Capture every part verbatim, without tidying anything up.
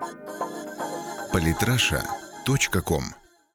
политраша точка ком.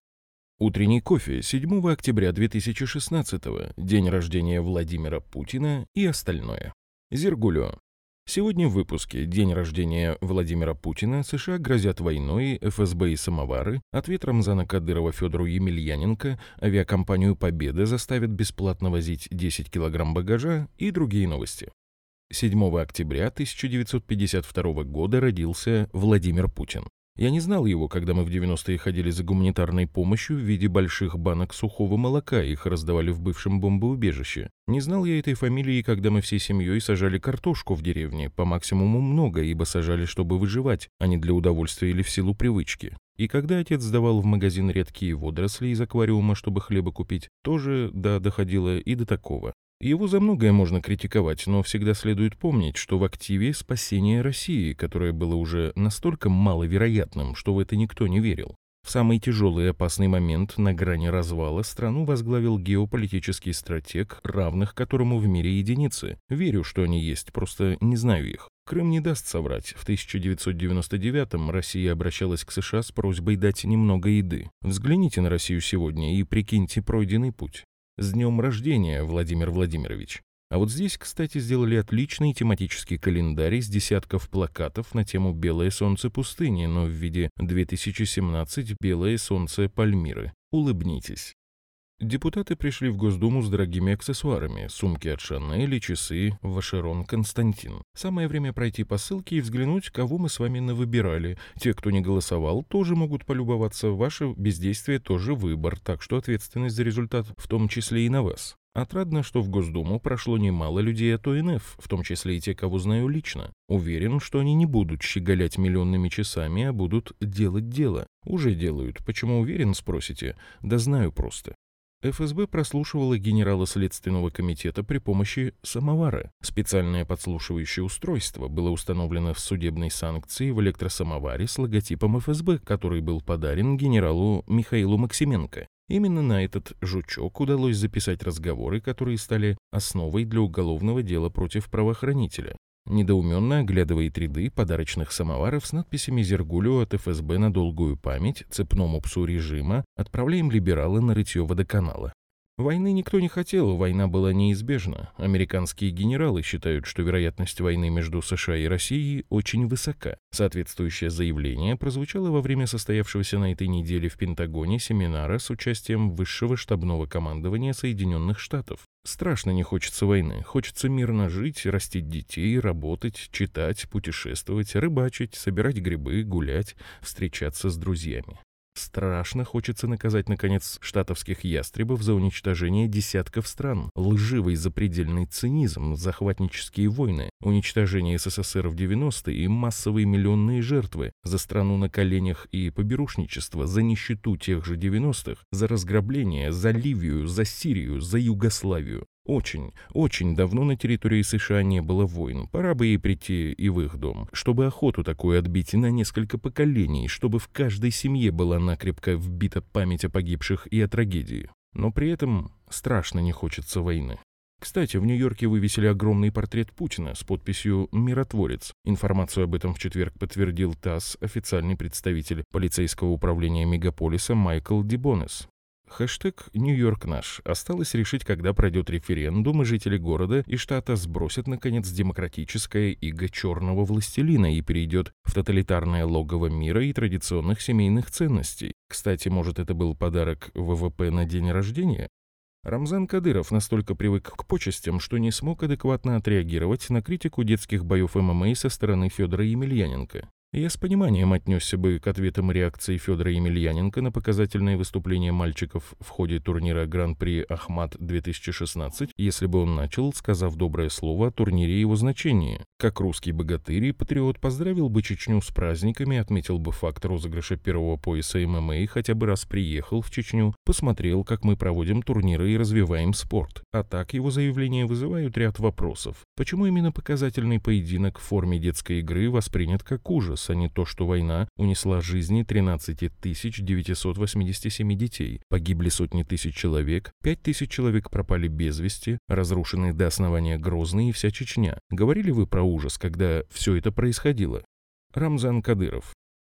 Утренний кофе седьмого октября две тысячи шестнадцатого, день рождения Владимира Путина и остальное. Зергулио. Сегодня в выпуске «День рождения Владимира Путина», США грозят войной, эф эс бэ и самовары, ответ Рамзана Кадырова Федору Емельяненко, авиакомпанию «Победа» заставят бесплатно возить десять килограмм багажа и другие новости. седьмого октября тысяча девятьсот пятьдесят второго года родился Владимир Путин. Я не знал его, когда мы в девяностые ходили за гуманитарной помощью в виде больших банок сухого молока, их раздавали в бывшем бомбоубежище. Не знал я этой фамилии, когда мы всей семьей сажали картошку в деревне, по максимуму много, ибо сажали, чтобы выживать, а не для удовольствия или в силу привычки. И когда отец сдавал в магазин редкие водоросли из аквариума, чтобы хлеба купить, тоже, да, доходило и до такого. Его за многое можно критиковать, но всегда следует помнить, что в активе спасение России, которое было уже настолько маловероятным, что в это никто не верил. В самый тяжелый и опасный момент на грани развала страну возглавил геополитический стратег, равных которому в мире единицы. Верю, что они есть, просто не знаю их. Крым не даст соврать. В тысяча девятьсот девяносто девятом Россия обращалась к США с просьбой дать немного еды. Взгляните на Россию сегодня и прикиньте пройденный путь. С днем рождения, Владимир Владимирович. А вот здесь, кстати, сделали отличный тематический календарь из десятков плакатов на тему «Белое солнце пустыни», но в виде две тысячи семнадцать «Белое солнце Пальмиры». Улыбнитесь. Депутаты пришли в Госдуму с дорогими аксессуарами, сумки от Шанель, часы Вашерон Константин. Самое время пройти по ссылке и взглянуть, кого мы с вами навыбирали. Те, кто не голосовал, тоже могут полюбоваться. Ваше бездействие тоже выбор, так что ответственность за результат в том числе и на вас. Отрадно, что в Госдуму прошло немало людей от о эн эф, в том числе и те, кого знаю лично. Уверен, что они не будут щеголять миллионными часами, а будут делать дело. Уже делают. Почему уверен, спросите? Да знаю просто. эф эс бэ прослушивала генерала Следственного комитета при помощи самовара. Специальное подслушивающее устройство было установлено в судебной санкции в электросамоваре с логотипом эф эс бэ, который был подарен генералу Михаилу Максименко. Именно на этот жучок удалось записать разговоры, которые стали основой для уголовного дела против правоохранителя. Недоуменно оглядывает ряды подарочных самоваров с надписями «Зергулио от эф эс бэ на долгую память», «Цепному псу режима», «Отправляем либерала на рытье водоканала». Войны никто не хотел, война была неизбежна. Американские генералы считают, что вероятность войны между США и Россией очень высока. Соответствующее заявление прозвучало во время состоявшегося на этой неделе в Пентагоне семинара с участием высшего штабного командования Соединенных Штатов. Страшно не хочется войны. Хочется мирно жить, растить детей, работать, читать, путешествовать, рыбачить, собирать грибы, гулять, встречаться с друзьями. Страшно хочется наказать, наконец, штатовских ястребов за уничтожение десятков стран, лживый запредельный цинизм, захватнические войны, уничтожение эс эс эс эр в девяностые и массовые миллионные жертвы, за страну на коленях и поберушничество, за нищету тех же девяностых, за разграбление, за Ливию, за Сирию, за Югославию. Очень, очень давно на территории США не было войн. Пора бы ей прийти и в их дом, чтобы охоту такую отбить на несколько поколений, чтобы в каждой семье была накрепко вбита память о погибших и о трагедии. Но при этом страшно не хочется войны. Кстати, в Нью-Йорке вывесили огромный портрет Путина с подписью «Миротворец». Информацию об этом в четверг подтвердил ТАСС официальный представитель полицейского управления мегаполиса Майкл Дебонес. Хэштег «Нью-Йорк наш». Осталось решить, когда пройдет референдум, и жители города и штата сбросят, наконец, демократическое иго черного властелина и перейдет в тоталитарное логово мира и традиционных семейных ценностей. Кстати, может, это был подарок вэ вэ пэ на день рождения? Рамзан Кадыров настолько привык к почестям, что не смог адекватно отреагировать на критику детских боев эм эм а со стороны Федора Емельяненко. Я с пониманием отнесся бы к ответам реакции Федора Емельяненко на показательное выступление мальчиков в ходе турнира Гран-при Ахмат-две тысячи шестнадцать, если бы он начал, сказав доброе слово о турнире и его значении. Как русский богатырь и патриот поздравил бы Чечню с праздниками, отметил бы факт розыгрыша первого пояса эм эм а, хотя бы раз приехал в Чечню, посмотрел, как мы проводим турниры и развиваем спорт. А так его заявления вызывают ряд вопросов. Почему именно показательный поединок в форме детской игры воспринят как ужас, а не то, что война унесла жизни тринадцать тысяч девятьсот восемьдесят семь детей, погибли сотни тысяч человек, пять тысяч человек пропали без вести, разрушены до основания Грозный и вся Чечня. Говорили вы про ужас, когда все это происходило? Рамзан Кадыров.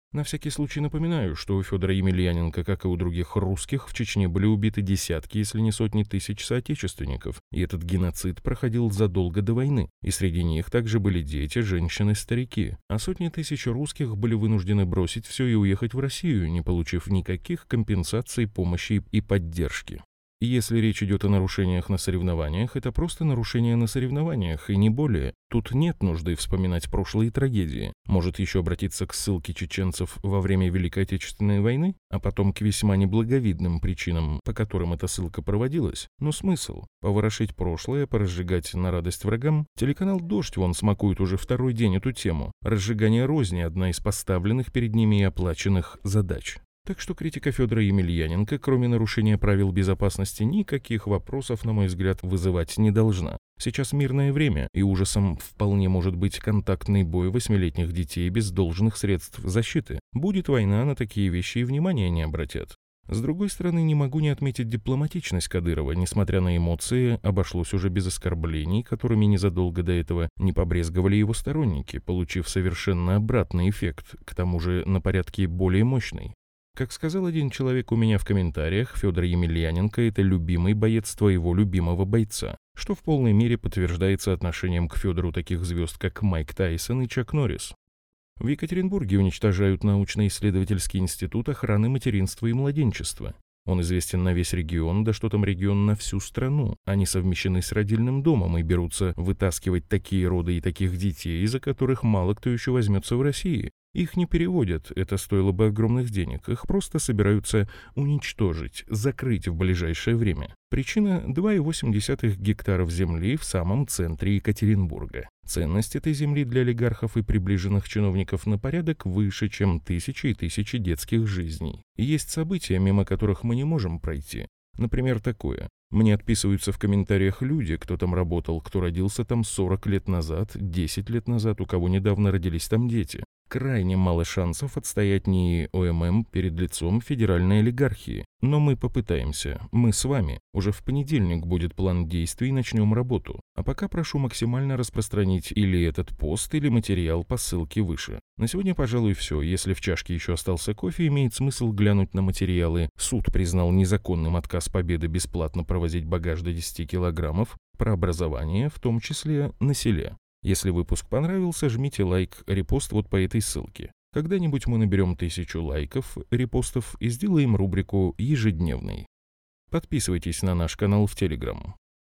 На всякий случай напоминаю, что у Федора Емельяненко, как и у других русских, в Чечне были убиты десятки, если не сотни тысяч соотечественников, и этот геноцид проходил задолго до войны, и среди них также были дети, женщины, старики, а сотни тысяч русских были вынуждены бросить все и уехать в Россию, не получив никаких компенсаций, помощи и поддержки. И если речь идет о нарушениях на соревнованиях, это просто нарушения на соревнованиях, и не более. Тут нет нужды вспоминать прошлые трагедии. Может еще обратиться к ссылке чеченцев во время Великой Отечественной войны, а потом к весьма неблаговидным причинам, по которым эта ссылка проводилась. Но смысл? Поворошить прошлое, поразжигать на радость врагам? Телеканал «Дождь» вон смакует уже второй день эту тему. Разжигание розни – одна из поставленных перед ними и оплаченных задач. Так что критика Федора Емельяненко, кроме нарушения правил безопасности, никаких вопросов, на мой взгляд, вызывать не должна. Сейчас мирное время, и ужасом вполне может быть контактный бой восьмилетних детей без должных средств защиты. Будет война, на такие вещи и внимания не обратят. С другой стороны, не могу не отметить дипломатичность Кадырова. Несмотря на эмоции, обошлось уже без оскорблений, которыми незадолго до этого не побрезговали его сторонники, получив совершенно обратный эффект, к тому же на порядке более мощный. Как сказал один человек у меня в комментариях, Федор Емельяненко – это любимый боец твоего любимого бойца, что в полной мере подтверждается отношением к Федору таких звезд, как Майк Тайсон и Чак Норрис. В Екатеринбурге уничтожают научно-исследовательский институт охраны материнства и младенчества. Он известен на весь регион, да что там регион, на всю страну. Они совмещены с родильным домом и берутся вытаскивать такие роды и таких детей, из-за которых мало кто еще возьмется в России. Их не переводят, это стоило бы огромных денег, их просто собираются уничтожить, закрыть в ближайшее время. Причина – два целых восемь десятых гектаров земли в самом центре Екатеринбурга. Ценность этой земли для олигархов и приближенных чиновников на порядок выше, чем тысячи и тысячи детских жизней. И есть события, мимо которых мы не можем пройти. Например, такое. Мне отписываются в комментариях люди, кто там работал, кто родился там сорок лет назад, десять лет назад, у кого недавно родились там дети. Крайне мало шансов отстоять НИИ ОММ перед лицом федеральной олигархии. Но мы попытаемся. Мы с вами. Уже в понедельник будет план действий и начнем работу. А пока прошу максимально распространить или этот пост, или материал по ссылке выше. На сегодня, пожалуй, все. Если в чашке еще остался кофе, имеет смысл глянуть на материалы. Суд признал незаконным отказ Победы бесплатно провозить багаж до десяти килограммов. Про образование, в том числе на селе. Если выпуск понравился, жмите лайк, репост вот по этой ссылке. Когда-нибудь мы наберем тысячу лайков, репостов и сделаем рубрику «Ежедневный». Подписывайтесь на наш канал в Телеграм.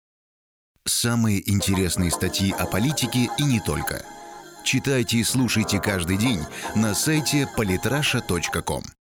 Самые интересные статьи о политике и не только. Читайте и слушайте каждый день на сайте политраша точка ком.